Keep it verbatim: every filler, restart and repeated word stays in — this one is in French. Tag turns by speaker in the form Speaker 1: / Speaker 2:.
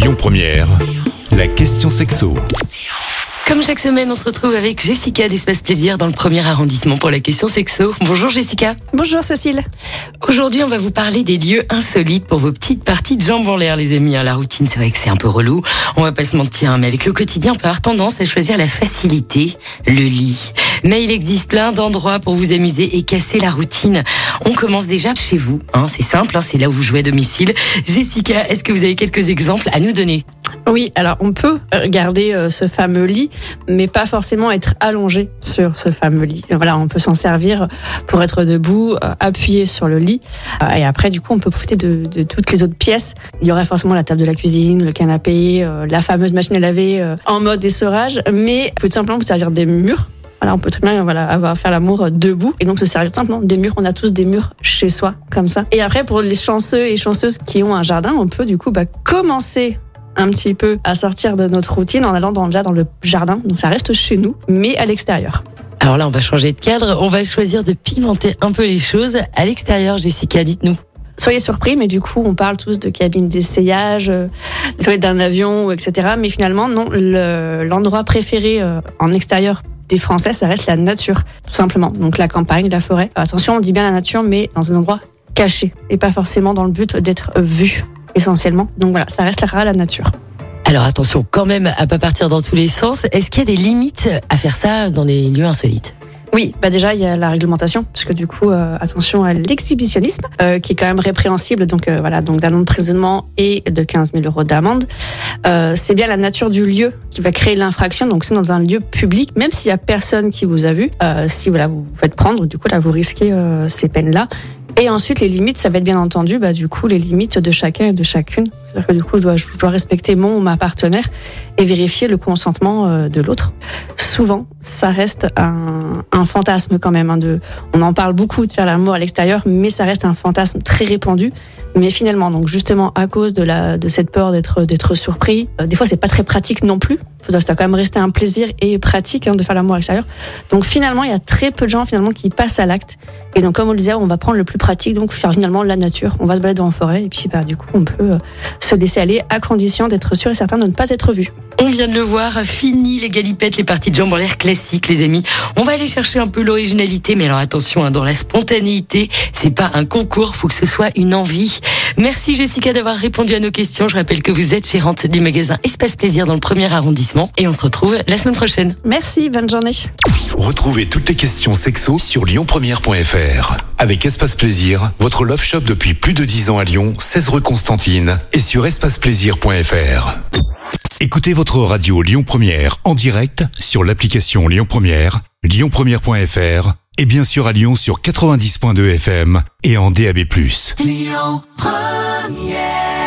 Speaker 1: Lyon Première, la question sexo.
Speaker 2: Comme chaque semaine, on se retrouve avec Jessica d'Espace Plaisir dans le premier arrondissement pour la question sexo. Bonjour Jessica.
Speaker 3: Bonjour Cécile.
Speaker 2: Aujourd'hui, on va vous parler des lieux insolites pour vos petites parties de jambes en l'air, les amis. La routine, c'est vrai que c'est un peu relou. On va pas se mentir, mais avec le quotidien, on peut avoir tendance à choisir la facilité, le lit. Mais il existe plein d'endroits pour vous amuser et casser la routine. On commence déjà chez vous. Hein, c'est simple, hein, c'est là où vous jouez à domicile. Jessica, est-ce que vous avez quelques exemples à nous donner ?
Speaker 3: Oui, alors on peut regarder euh, ce fameux lit, mais pas forcément être allongé sur ce fameux lit. Voilà, on peut s'en servir pour être debout, euh, appuyé sur le lit. Euh, et après, du coup, on peut profiter de, de toutes les autres pièces. Il y aurait forcément la table de la cuisine, le canapé, euh, la fameuse machine à laver euh, en mode essorage. Mais il faut tout simplement vous servir des murs. Voilà, on peut très bien voilà, avoir faire l'amour debout et donc se servir tout simplement des murs. On a tous des murs chez soi, comme ça. Et après, pour les chanceux et chanceuses qui ont un jardin, on peut du coup bah, commencer un petit peu à sortir de notre routine en allant dans, déjà dans le jardin. Donc ça reste chez nous, mais à l'extérieur.
Speaker 2: Alors là, on va changer de cadre. On va choisir de pimenter un peu les choses à l'extérieur. Jessica, dites-nous.
Speaker 3: Soyez surpris, mais du coup, on parle tous de cabines d'essayage, euh, d'un avion, et cetera. Mais finalement, non, le, l'endroit préféré euh, en extérieur des Français, ça reste la nature, tout simplement. Donc la campagne, la forêt. Attention, on dit bien la nature, mais dans des endroits cachés et pas forcément dans le but d'être vu. Essentiellement. Donc voilà, ça restera la nature.
Speaker 2: Alors attention quand même à pas partir dans tous les sens. Est-ce qu'il y a des limites à faire ça dans des lieux insolites ?
Speaker 3: Oui, bah déjà il y a la réglementation, parce que du coup euh, attention à l'exhibitionnisme, euh, qui est quand même répréhensible, donc euh, voilà, donc d'un an de emprisonnement et de quinze mille euros d'amende. Euh, c'est bien la nature du lieu qui va créer l'infraction, donc c'est dans un lieu public, même s'il y a personne qui vous a vu, euh, si voilà vous vous faites prendre, du coup là vous risquez euh, ces peines-là. Et ensuite, les limites, ça va être bien entendu, bah, du coup, les limites de chacun et de chacune. C'est-à-dire que du coup, je dois, je dois respecter mon ou ma partenaire et vérifier le consentement euh, de l'autre. Souvent, ça reste un, un fantasme quand même. Hein, de, on en parle beaucoup de faire l'amour à l'extérieur, mais ça reste un fantasme très répandu. Mais finalement, donc justement, à cause de, la, de cette peur d'être, d'être surpris, euh, des fois, c'est pas très pratique non plus. Il doit quand même rester un plaisir et pratique hein, de faire l'amour à l'extérieur. Donc finalement, il y a très peu de gens finalement qui passent à l'acte. Et donc, comme on le disait, on va prendre le plus pratique, donc faire finalement la nature. On va se balader en forêt et puis bah, du coup, on peut euh, se laisser aller à condition d'être sûr et certain de ne pas être vu.
Speaker 2: On vient de le voir, fini les galipettes, les parties de jambes en l'air classiques, les amis. On va aller chercher un peu l'originalité, mais alors attention, hein, dans la spontanéité, c'est pas un concours, faut que ce soit une envie. Merci Jessica d'avoir répondu à nos questions. Je rappelle que vous êtes gérante du magasin Espace Plaisir dans le premier arrondissement et on se retrouve la semaine prochaine.
Speaker 3: Merci, bonne journée.
Speaker 1: Retrouvez toutes les questions sexo sur lyon première point f r. Avec Espace Plaisir, votre love shop depuis plus de dix ans à Lyon, seize rue Constantine et sur espace plaisir point f r. Écoutez votre radio Lyon Première en direct sur l'application Lyon Première, lyon première point f r et bien sûr à Lyon sur quatre-vingt-dix point deux F M et en D A B plus. Lyon Première.